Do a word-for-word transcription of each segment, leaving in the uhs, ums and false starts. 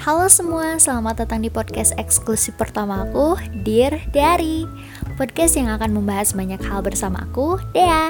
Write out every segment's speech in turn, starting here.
Halo semua, selamat datang di podcast eksklusif pertama aku, Dear Diary. Podcast yang akan membahas banyak hal bersama aku, Dea.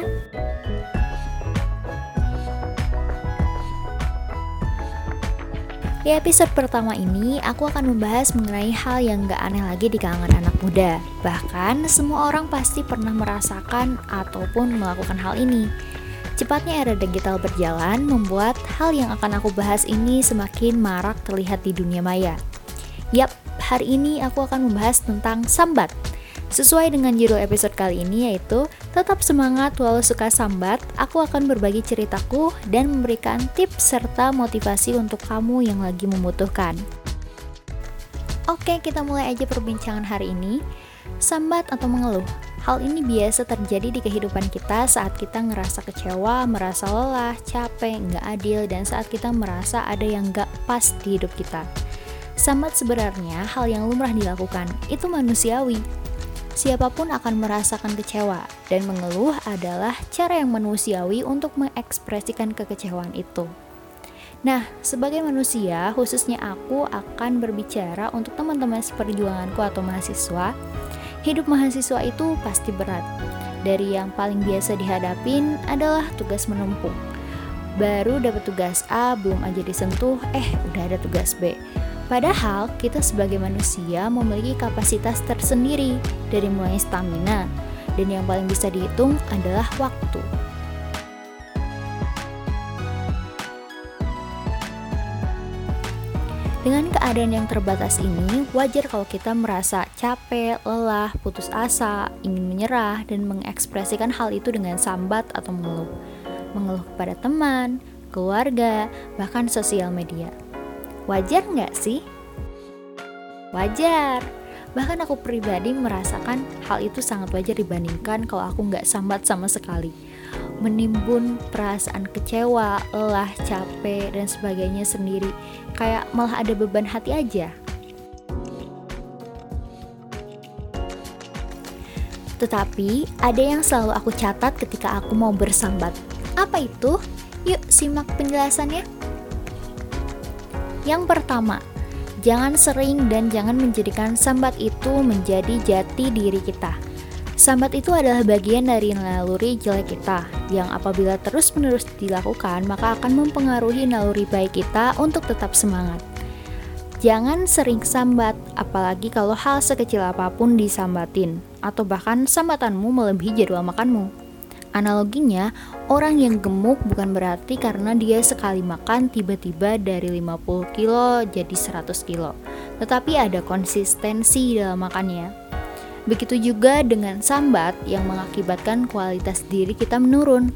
Di episode pertama ini, aku akan membahas mengenai hal yang gak aneh lagi di kalangan anak muda. Bahkan, semua orang pasti pernah merasakan ataupun melakukan hal ini. Cepatnya era digital berjalan membuat hal yang akan aku bahas ini semakin marak terlihat di dunia maya. Yap, hari ini aku akan membahas tentang sambat. Sesuai dengan judul episode kali ini yaitu Tetap Semangat Walau Suka Sambat, aku akan berbagi ceritaku dan memberikan tips serta motivasi untuk kamu yang lagi membutuhkan. Oke, kita mulai aja perbincangan hari ini. Sambat atau mengeluh. Hal ini biasa terjadi di kehidupan kita saat kita ngerasa kecewa, merasa lelah, capek, nggak adil, dan saat kita merasa ada yang nggak pas di hidup kita. Sambat sebenarnya hal yang lumrah dilakukan, itu manusiawi. Siapapun akan merasakan kecewa, dan mengeluh adalah cara yang manusiawi untuk mengekspresikan kekecewaan itu. Nah, sebagai manusia, khususnya aku akan berbicara untuk teman-teman seperjuanganku atau mahasiswa. Hidup mahasiswa itu pasti berat. Dari yang paling biasa dihadapin adalah tugas menumpuk. Baru dapat tugas A, belum aja disentuh, eh udah ada tugas B. Padahal kita sebagai manusia memiliki kapasitas tersendiri dari mulai stamina, dan yang paling bisa dihitung adalah waktu. Dengan keadaan yang terbatas ini, wajar kalau kita merasa capek, lelah, putus asa, ingin menyerah, dan mengekspresikan hal itu dengan sambat atau mengeluh. Mengeluh kepada teman, keluarga, bahkan sosial media. Wajar nggak sih? Wajar. Bahkan aku pribadi merasakan hal itu sangat wajar dibandingkan kalau aku nggak sambat sama sekali. Menimbun perasaan kecewa, lelah, capek, dan sebagainya sendiri. Kayak malah ada beban hati aja. Tetapi, ada yang selalu aku catat ketika aku mau bersambat. Apa itu? Yuk simak penjelasannya. Yang pertama, jangan sering dan jangan menjadikan sambat itu menjadi jati diri kita. Sambat itu adalah bagian dari naluri jelek kita, yang apabila terus-menerus dilakukan, maka akan mempengaruhi naluri baik kita untuk tetap semangat. Jangan sering sambat, apalagi kalau hal sekecil apapun disambatin, atau bahkan sambatanmu melebihi jadwal makanmu. Analoginya, orang yang gemuk bukan berarti karena dia sekali makan tiba-tiba dari lima puluh kilo jadi seratus kilo, tetapi ada konsistensi dalam makannya. Begitu juga dengan sambat yang mengakibatkan kualitas diri kita menurun.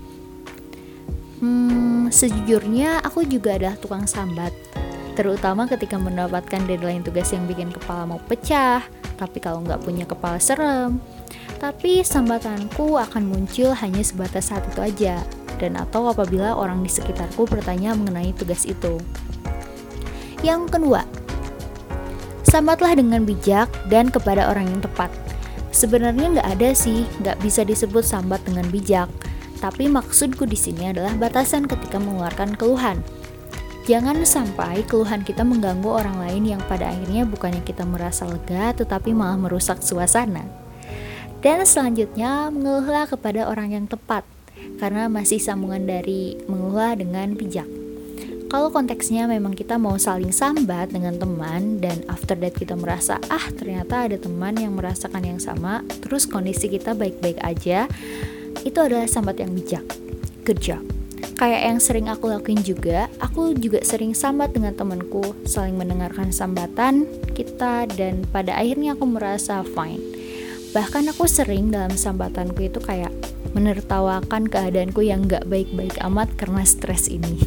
Hmm, sejujurnya aku juga adalah tukang sambat, terutama ketika mendapatkan deadline tugas yang bikin kepala mau pecah, tapi kalau nggak punya kepala serem. Tapi sambatanku akan muncul hanya sebatas saat itu aja, dan atau apabila orang di sekitarku bertanya mengenai tugas itu. Yang kedua, sambatlah dengan bijak dan kepada orang yang tepat. Sebenarnya nggak ada sih, nggak bisa disebut sambat dengan bijak. Tapi maksudku di sini adalah batasan ketika mengeluarkan keluhan. Jangan sampai keluhan kita mengganggu orang lain yang pada akhirnya bukannya kita merasa lega, tetapi malah merusak suasana. Dan selanjutnya, mengeluhlah kepada orang yang tepat, karena masih sambungan dari mengeluh dengan bijak. Kalau konteksnya memang kita mau saling sambat dengan teman, dan after that kita merasa, ah ternyata ada teman yang merasakan yang sama, terus kondisi kita baik-baik aja, itu adalah sambat yang bijak. Good job. Kayak yang sering aku lakuin juga, aku juga sering sambat dengan temanku, saling mendengarkan sambatan kita, dan pada akhirnya aku merasa fine. Bahkan aku sering dalam sambatanku itu kayak menertawakan keadaanku yang gak baik-baik amat karena stres ini.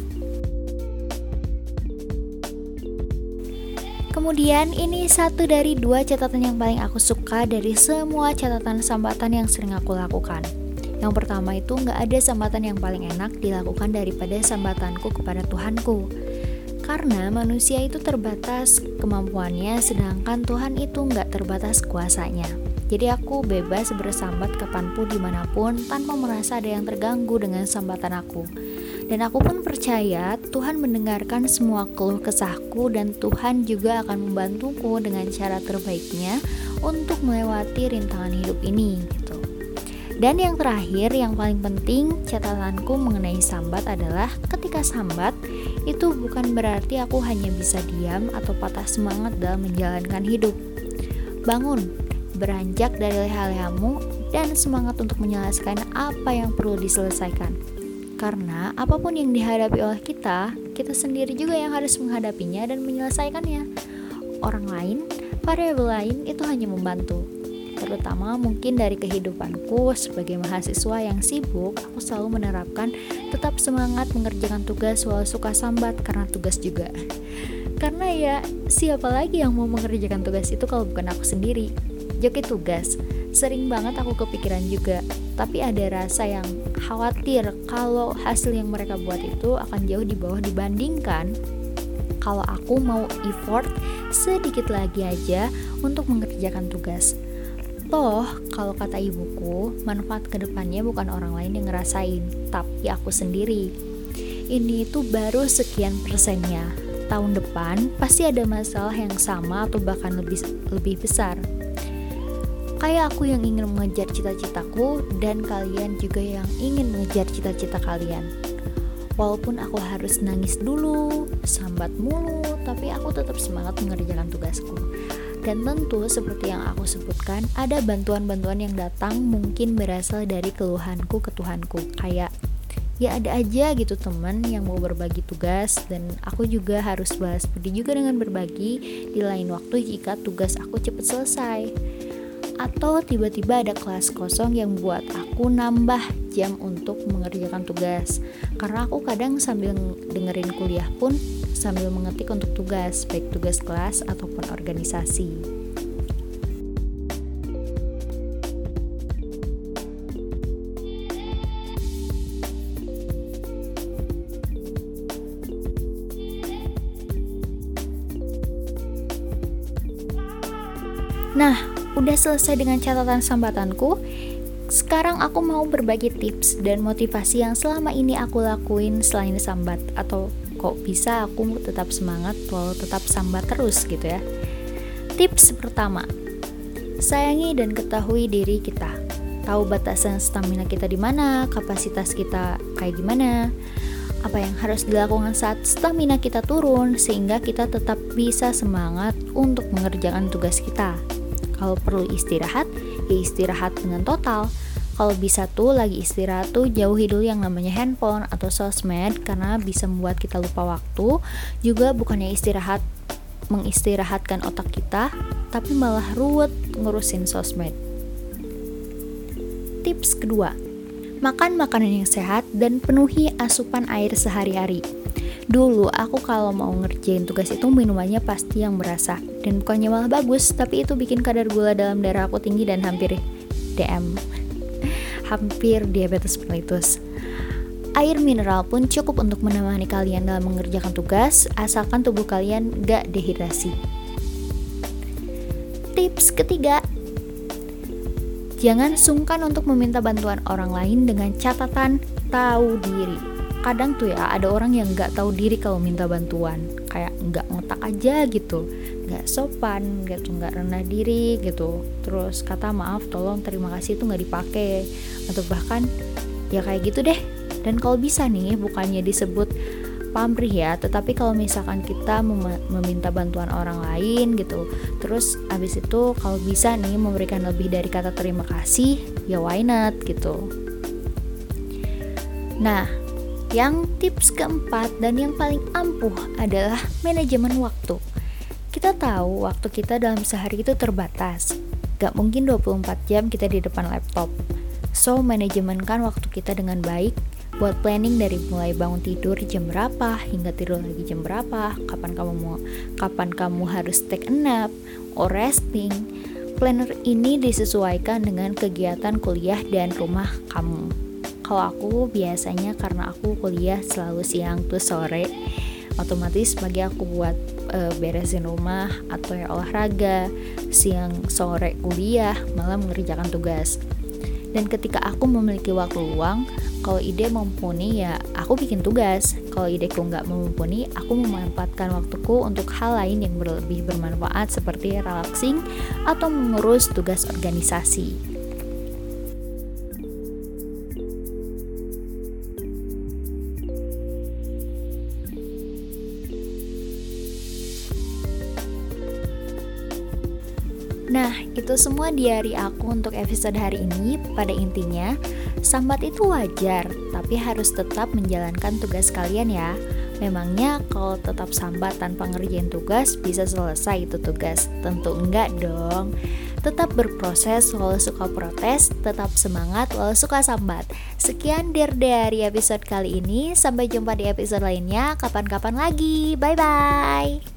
Kemudian ini satu dari dua catatan yang paling aku suka dari semua catatan sambatan yang sering aku lakukan. Yang pertama itu gak ada sambatan yang paling enak dilakukan daripada sambatanku kepada Tuhanku. Karena manusia itu terbatas kemampuannya, sedangkan Tuhan itu gak terbatas kuasanya. Jadi aku bebas bersambat kapanpun dimanapun tanpa merasa ada yang terganggu dengan sambatan aku. Dan aku pun percaya Tuhan mendengarkan semua keluh kesahku dan Tuhan juga akan membantuku dengan cara terbaiknya untuk melewati rintangan hidup ini gitu. Dan yang terakhir, yang paling penting, catatanku mengenai sambat adalah ketika sambat, itu bukan berarti aku hanya bisa diam atau patah semangat dalam menjalankan hidup. Bangun, beranjak dari leha-lehamu, dan semangat untuk menyelesaikan apa yang perlu diselesaikan. Karena apapun yang dihadapi oleh kita, kita sendiri juga yang harus menghadapinya dan menyelesaikannya. Orang lain, variabel lain itu hanya membantu. Terutama mungkin dari kehidupanku sebagai mahasiswa yang sibuk, aku selalu menerapkan tetap semangat mengerjakan tugas walau suka sambat karena tugas juga. Karena ya, siapa lagi yang mau mengerjakan tugas itu kalau bukan aku sendiri? Joki tugas, sering banget aku kepikiran juga, tapi ada rasa yang khawatir kalau hasil yang mereka buat itu akan jauh di bawah dibandingkan kalau aku mau effort sedikit lagi aja untuk mengerjakan tugas. Toh, kalau kata ibuku, manfaat kedepannya bukan orang lain yang ngerasain, tapi aku sendiri. Ini itu baru sekian persennya. Tahun depan pasti ada masalah yang sama atau bahkan lebih lebih besar. Kayak aku yang ingin mengejar cita-citaku dan kalian juga yang ingin mengejar cita-cita kalian. Walaupun aku harus nangis dulu, sambat mulu, tapi aku tetap semangat mengerjakan tugasku. Dan tentu seperti yang aku sebutkan, ada bantuan-bantuan yang datang mungkin berasal dari keluhanku ke Tuhanku. Kayak ya ada aja gitu teman yang mau berbagi tugas, dan aku juga harus balas budi juga dengan berbagi di lain waktu jika tugas aku cepat selesai. Atau tiba-tiba ada kelas kosong yang buat aku nambah jam untuk mengerjakan tugas. Karena aku kadang sambil dengerin kuliah pun sambil mengetik untuk tugas, baik tugas kelas ataupun organisasi. Nah, udah selesai dengan catatan sambatanku. Sekarang aku mau berbagi tips dan motivasi yang selama ini aku lakuin selain sambat, atau kok bisa aku tetap semangat walau tetap sambat terus gitu ya. Tips pertama, sayangi dan ketahui diri kita. Tahu batasan stamina kita di mana, kapasitas kita kayak gimana, apa yang harus dilakukan saat stamina kita turun sehingga kita tetap bisa semangat untuk mengerjakan tugas kita. Kalau perlu istirahat, ya istirahat dengan total. Kalau bisa tuh lagi istirahat tuh jauhi dulu yang namanya handphone atau sosmed, karena bisa membuat kita lupa waktu. Juga bukannya istirahat mengistirahatkan otak kita, tapi malah ruwet ngurusin sosmed. Tips kedua, makan makanan yang sehat dan penuhi asupan air sehari-hari. Dulu aku kalau mau ngerjain tugas itu minumannya pasti yang berasa, dan bukannya malah bagus, tapi itu bikin kadar gula dalam darah aku tinggi dan hampir D M hampir diabetes mellitus. Air mineral pun cukup untuk menemani kalian dalam mengerjakan tugas, asalkan tubuh kalian gak dehidrasi. Tips ketiga, jangan sungkan untuk meminta bantuan orang lain dengan catatan tahu diri. Kadang tuh ya ada orang yang gak tahu diri kalau minta bantuan, kayak gak ngotak aja gitu, gak sopan gitu, gak rendah diri gitu, terus kata maaf, tolong, terima kasih itu gak dipakai, atau bahkan ya kayak gitu deh. Dan kalau bisa nih, bukannya disebut pamrih ya, tetapi kalau misalkan kita mem- meminta bantuan orang lain gitu, terus abis itu kalau bisa nih memberikan lebih dari kata terima kasih, ya why not gitu. Nah, yang tips keempat dan yang paling ampuh adalah manajemen waktu. Kita tahu waktu kita dalam sehari itu terbatas. Gak mungkin dua puluh empat jam kita di depan laptop. So, manajemenkan waktu kita dengan baik. Buat planning dari mulai bangun tidur jam berapa hingga tidur lagi jam berapa, kapan kamu mau, kapan kamu harus take a nap or resting. Planner ini disesuaikan dengan kegiatan kuliah dan rumah kamu. Kalau aku biasanya karena aku kuliah selalu siang tuh sore, otomatis pagi aku buat e, beresin rumah atau ya olahraga, siang sore kuliah, malam mengerjakan tugas. Dan ketika aku memiliki waktu luang, Kalau ide mumpuni ya aku bikin tugas. Kalau ideku nggak mumpuni, aku memanfaatkan waktuku untuk hal lain yang lebih bermanfaat seperti relaxing atau mengurus tugas organisasi. Nah, itu semua diary aku untuk episode hari ini. Pada intinya, sambat itu wajar, tapi harus tetap menjalankan tugas kalian ya. Memangnya kalau tetap sambat tanpa ngerjain tugas, bisa selesai itu tugas? Tentu enggak dong. Tetap berproses walau suka protes, tetap semangat walau suka sambat. Sekian Dear Diary episode kali ini. Sampai jumpa di episode lainnya kapan-kapan lagi. Bye-bye.